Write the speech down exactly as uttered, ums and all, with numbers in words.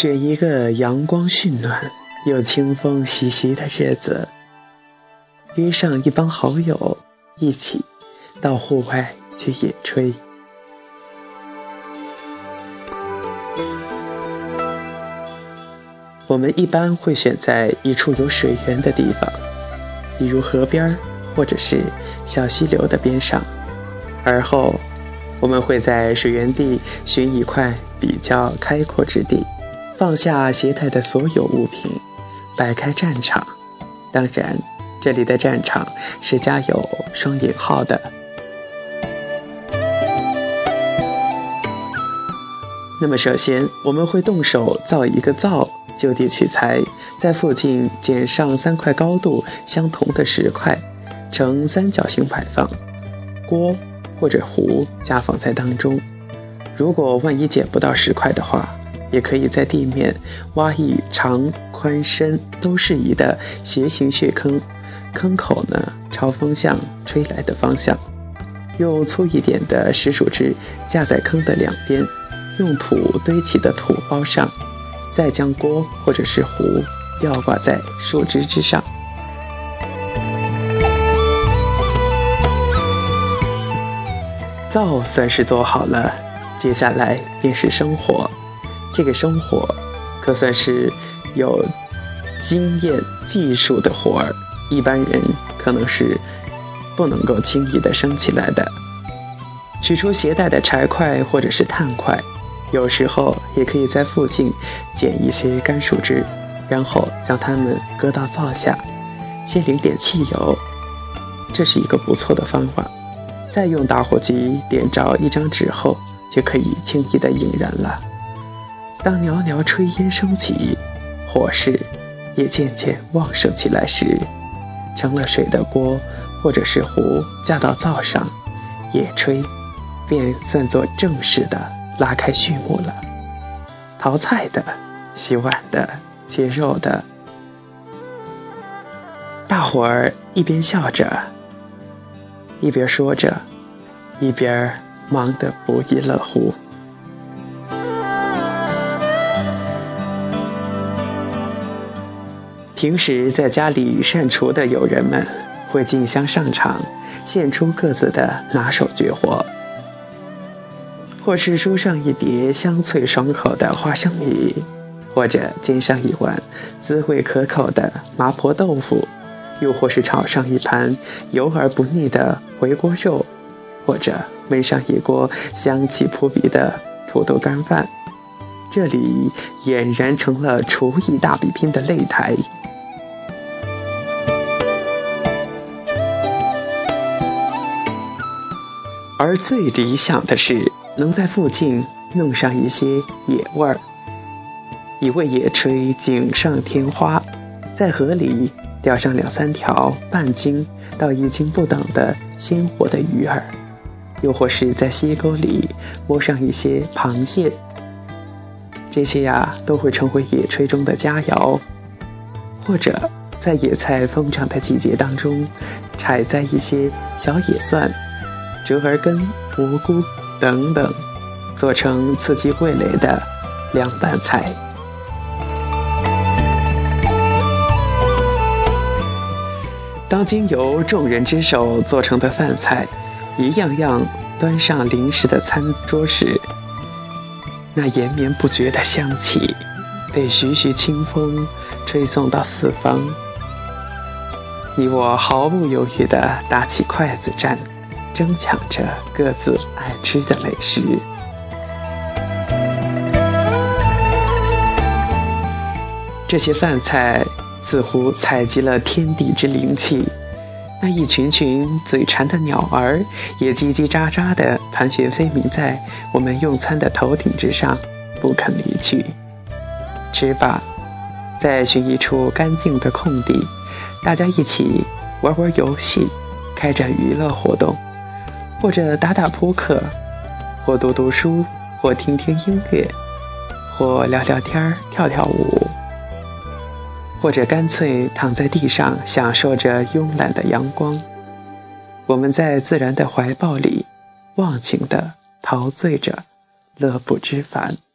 选一个阳光煦暖又清风习习的日子，约上一帮好友一起到户外去野炊。我们一般会选在一处有水源的地方，比如河边或者是小溪流的边上，而后我们会在水源地寻一块比较开阔之地，放下携带的所有物品，摆开战场。当然，这里的战场是加有双引号的。那么首先我们会动手造一个灶，就地取材，在附近捡上三块高度相同的石块，呈三角形摆放，锅或者壶夹放在当中。如果万一捡不到石块的话，也可以在地面挖一长宽深都适宜的斜形穴坑，坑口呢朝风向吹来的方向，用粗一点的石薯枝架在坑的两边，用土堆起的土包上，再将锅或者是壶吊挂在树枝之上。灶算是做好了，接下来便是生火。这个生火可算是有经验技术的活儿，一般人可能是不能够轻易的生起来的。取出携带的柴块或者是炭块，有时候也可以在附近捡一些干树枝，然后将它们搁到灶下，先淋点汽油，这是一个不错的方法。再用打火机点着一张纸后，就可以轻易的引燃了。当袅袅炊烟升起，火势也渐渐旺盛起来时，盛了水的锅或者是壶架到灶上，野炊便算作正式的拉开序幕了。淘菜的、洗碗的、切肉的，大伙儿一边笑着，一边说着，一边忙得不亦乐乎。平时在家里善厨的友人们会竞相上场，献出各自的拿手绝活，或是输上一碟香脆爽口的花生米，或者煎上一碗滋味可口的麻婆豆腐，又或是炒上一盘油而不腻的回锅肉，或者焖上一锅香气扑鼻的土豆干饭。这里俨然成了厨艺大比拼的擂台。而最理想的是能在附近弄上一些野味儿，以为野炊锦上添花，在河里钓上两三条半斤到一斤不等的鲜活的鱼儿，又或是在溪沟里摸上一些螃蟹，这些呀都会成为野炊中的佳肴。或者在野菜疯长的季节当中，采摘一些小野蒜、折耳根、蘑菇等等，做成刺激味蕾的凉拌菜。当经由众人之手做成的饭菜一样样端上临时的餐桌时，那延绵不绝的香气被徐徐清风吹送到四方，你我毫不犹豫地打起筷子战，争抢着各自爱吃的美食。这些饭菜似乎采集了天地之灵气，那一群群嘴馋的鸟儿也叽叽喳喳地盘旋飞鸣在我们用餐的头顶之上，不肯离去。吃罢，再寻一处干净的空地，大家一起玩玩游戏，开展娱乐活动，或者打打扑克，或读读书，或听听音乐，或聊聊天跳跳舞，或者干脆躺在地上享受着慵懒的阳光。我们在自然的怀抱里忘情地陶醉着，乐不知烦。